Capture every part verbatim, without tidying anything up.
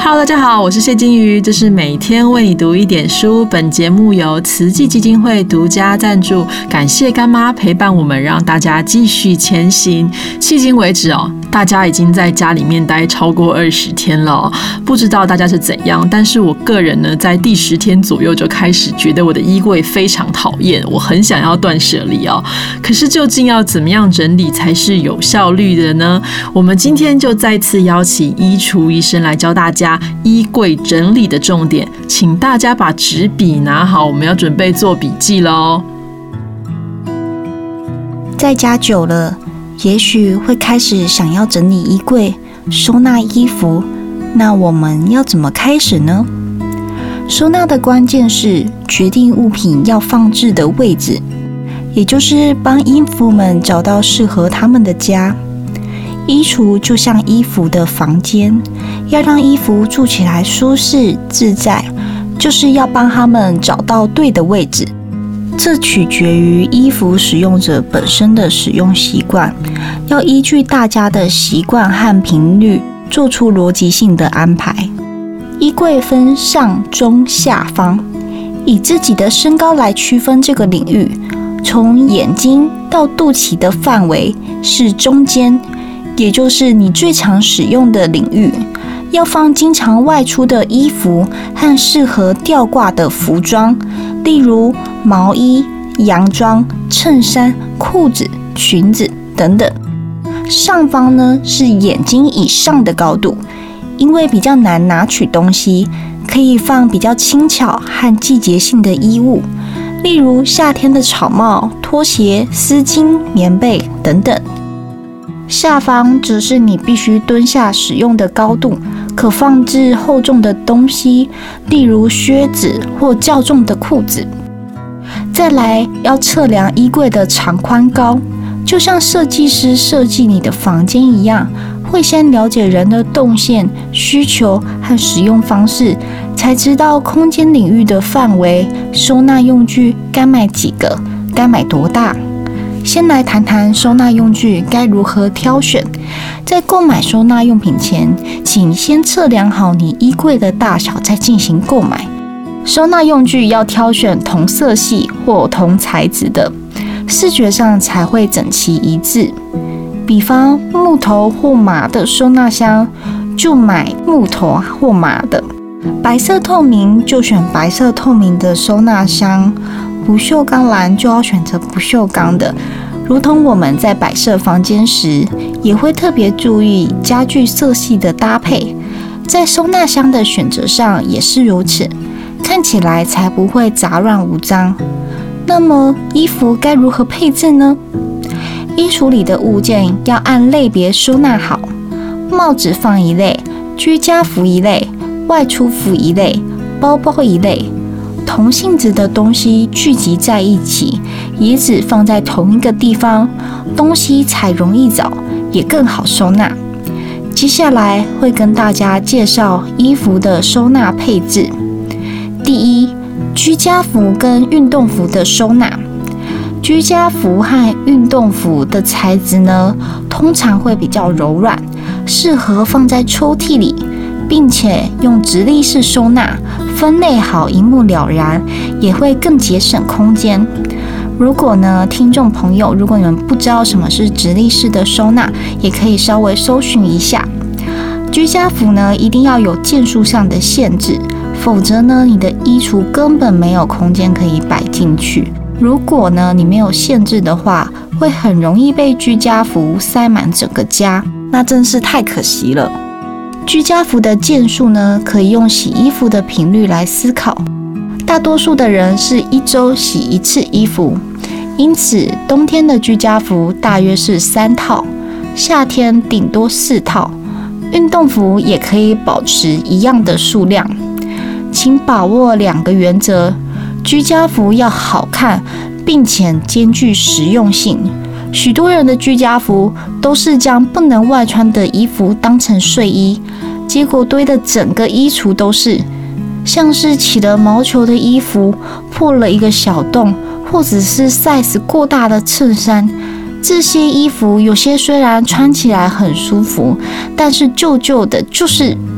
Hello， 大家好，我是谢金鱼，这是每天为你读一点书。本节目由慈济基金会独家赞助，感谢干妈陪伴我们，让大家继续前行。迄今为止哦，大家已经在家里面待超过二十天了哦，不知道大家是怎样，但是我个人呢，在第十天左右就开始觉得我的衣柜非常讨厌，我很想要断舍离哦。可是究竟要怎么样整理才是有效率的呢？我们今天就再次邀请衣橱医生来教大家衣柜整理的重点，请大家把纸笔拿好，我们要准备做笔记咯。 在家久了，也许会开始想要整理衣柜，收纳衣服，那我们要怎么开始呢？收纳的关键是决定物品要放置的位置，也就是帮衣服们找到适合他们的家。衣橱就像衣服的房间，要让衣服住起来舒适自在，就是要帮他们找到对的位置。这取决于衣服使用者本身的使用习惯，要依据大家的习惯和频率做出逻辑性的安排。衣柜分上中下方，以自己的身高来区分这个领域，从眼睛到肚脐的范围是中间，也就是你最常使用的领域，要放经常外出的衣服和适合吊挂的服装，例如毛衣、洋装、衬衫、裤子、裙子等等。上方呢是眼睛以上的高度，因为比较难拿取东西，可以放比较轻巧和季节性的衣物，例如夏天的草帽、拖鞋、丝巾、棉被等等。下方则是你必须蹲下使用的高度，可放置厚重的东西，例如靴子或较重的裤子。再来要测量衣柜的长宽高，就像设计师设计你的房间一样，会先了解人的动线、需求和使用方式，才知道空间领域的范围，收纳用具该买几个，该买多大。先来谈谈收纳用具该如何挑选。在购买收纳用品前，请先测量好你衣柜的大小，再进行购买。收纳用具要挑选同色系或同材质的，视觉上才会整齐一致。比方木头或麻的收纳箱，就买木头或麻的；白色透明就选白色透明的收纳箱。不锈钢篮就要选择不锈钢的，如同我们在摆设房间时，也会特别注意家具色系的搭配，在收纳箱的选择上也是如此，看起来才不会杂乱无章。那么衣服该如何配置呢？衣橱里的物件要按类别收纳好，帽子放一类，居家服一类，外出服一类，包包一类。同性质的东西聚集在一起，也只放在同一个地方，东西才容易找，也更好收纳。接下来会跟大家介绍衣服的收纳配置。第一，居家服跟运动服的收纳。居家服和运动服的材质呢，通常会比较柔软，适合放在抽屉里，并且用直立式收纳，分类好一目了然，也会更节省空间。如果呢，听众朋友，如果你们不知道什么是直立式的收纳，也可以稍微搜寻一下。居家服呢，一定要有件数上的限制，否则呢，你的衣橱根本没有空间可以摆进去。如果呢，你没有限制的话，会很容易被居家服塞满整个家，那真是太可惜了。居家服的件数呢，可以用洗衣服的频率来思考。大多数的人是一周洗一次衣服，因此冬天的居家服大约是三套，夏天顶多四套。运动服也可以保持一样的数量。请把握两个原则：居家服要好看，并且兼具实用性。许多人的居家服都是将不能外穿的衣服当成睡衣，结果堆的整个衣橱都是，像是起了毛球的衣服，破了一个小洞，或者是 size 过大的衬衫。这些衣服有些虽然穿起来很舒服，但是旧旧的就是不太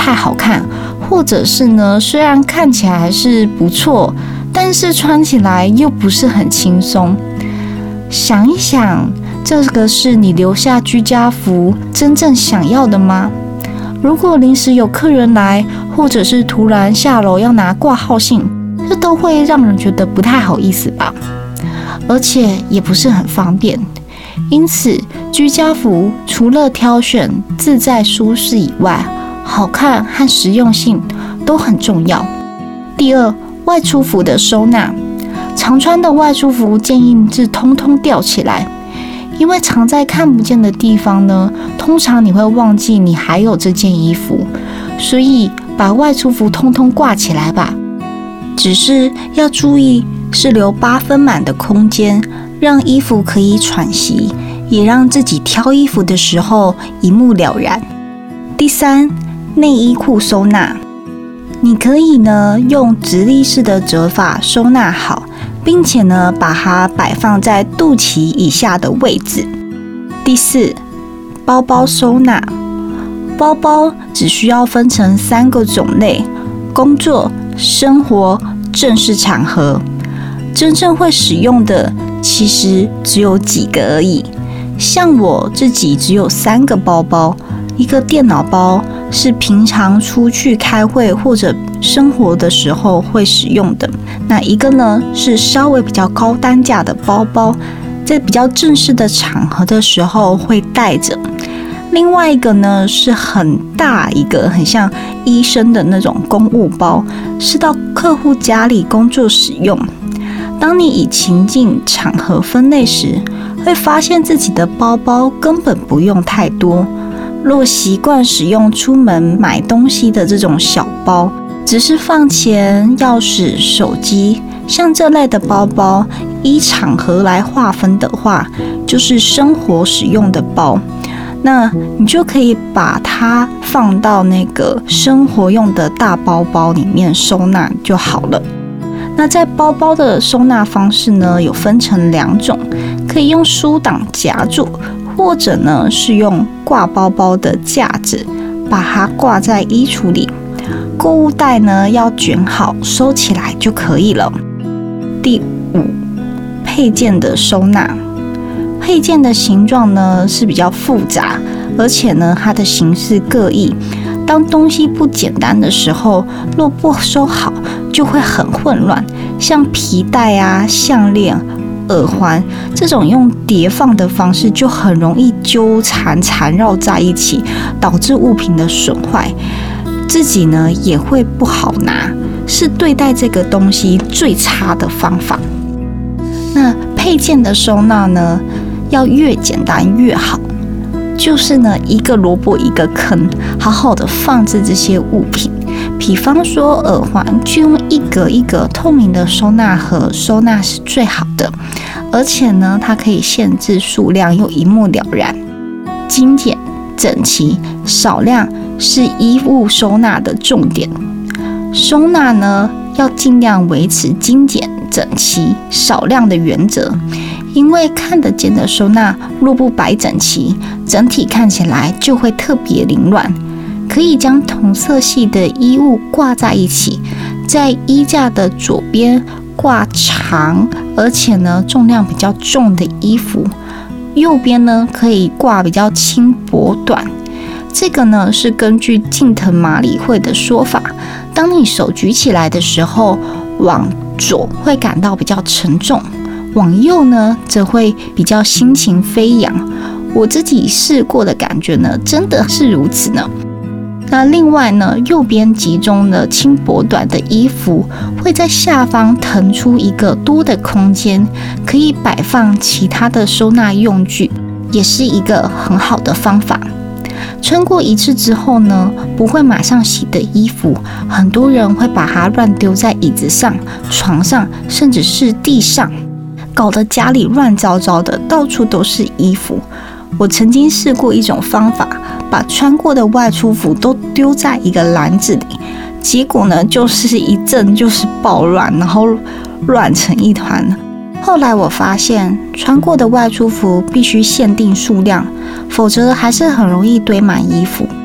太好看，或者是呢，虽然看起来是不错，但是穿起来又不是很轻松。想一想，这个是你留下居家服真正想要的吗？如果临时有客人来，或者是突然下楼要拿挂号信，这都会让人觉得不太好意思吧，而且也不是很方便。因此，居家服除了挑选自在舒适以外，好看和实用性都很重要。第二，外出服的收纳，常穿的外出服建议是通通吊起来，因为藏在看不见的地方呢，通常你会忘记你还有这件衣服，所以把外出服通通挂起来吧。只是要注意是留八分满的空间，让衣服可以喘息，也让自己挑衣服的时候一目了然。第三，内衣裤收纳，你可以呢用直立式的折法收纳好，并且呢把它摆放在肚脐以下的位置。第四，包包收纳，包包只需要分成三个种类：工作、生活、正式场合。真正会使用的其实只有几个而已。像我自己只有三个包包，一个电脑包是平常出去开会或者生活的时候会使用的，那一个呢是稍微比较高单价的包包，在比较正式的场合的时候会带着。另外一个呢是很大一个，很像医生的那种公务包，是到客户家里工作使用。当你以情境场合分类时，会发现自己的包包根本不用太多。若习惯使用出门买东西的这种小包，只是放钱、钥匙、手机，像这类的包包，依场合来划分的话，就是生活使用的包。那你就可以把它放到那个生活用的大包包里面收纳就好了。那在包包的收纳方式呢，有分成两种，可以用书挡夹住，或者呢是用挂包包的架子，把它挂在衣橱里。购物袋呢要卷好收起来就可以了。第五，配件的收纳。配件的形状呢是比较复杂，而且呢它的形式各异。当东西不简单的时候，若不收好就会很混乱，像皮带啊、项链、耳环这种用叠放的方式，就很容易纠缠缠绕在一起，导致物品的损坏，自己呢也会不好拿，是对待这个东西最差的方法。那配件的收纳呢，要越简单越好。就是呢，一个萝卜一个坑，好好的放置这些物品。比方说耳环，就用一格一格透明的收纳盒收纳是最好的，而且呢，它可以限制数量，又一目了然。精简、整齐、少量是衣物收纳的重点。收纳呢，要尽量维持精简、整齐、少量的原则。因为看得见的收纳若不摆整齐，整体看起来就会特别凌乱。可以将同色系的衣物挂在一起，在衣架的左边挂长而且呢重量比较重的衣服，右边呢可以挂比较轻薄短。这个呢是根据近藤麻里惠的说法，当你手举起来的时候，往左会感到比较沉重，往右呢则会比较心情飞扬。我自己试过的感觉呢真的是如此呢。那另外呢，右边集中的轻薄短的衣服会在下方腾出一个多的空间，可以摆放其他的收纳用具，也是一个很好的方法。穿过一次之后呢，不会马上洗的衣服，很多人会把它乱丢在椅子上、床上，甚至是地上，搞得家里乱糟糟的，到处都是衣服。我曾经试过一种方法，把穿过的外出服都丢在一个篮子里，结果呢，就是一阵就是暴乱，然后乱成一团。后来我发现，穿过的外出服必须限定数量，否则还是很容易堆满衣服。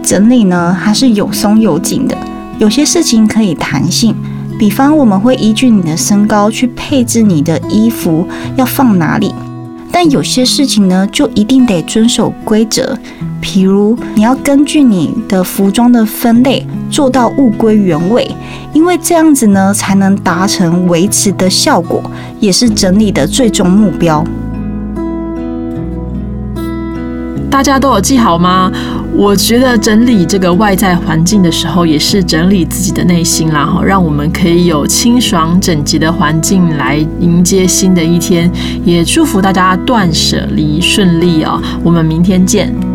整理呢，它是有松有紧的，有些事情可以弹性，比方我们会依据你的身高去配置你的衣服要放哪里，但有些事情呢，就一定得遵守规则，譬如你要根据你的服装的分类做到物归原位，因为这样子呢，才能达成维持的效果，也是整理的最终目标。 大家都有记好吗？我觉得整理这个外在环境的时候，也是整理自己的内心啦，让我们可以有清爽整洁的环境来迎接新的一天。也祝福大家断舍离顺利哦！我们明天见。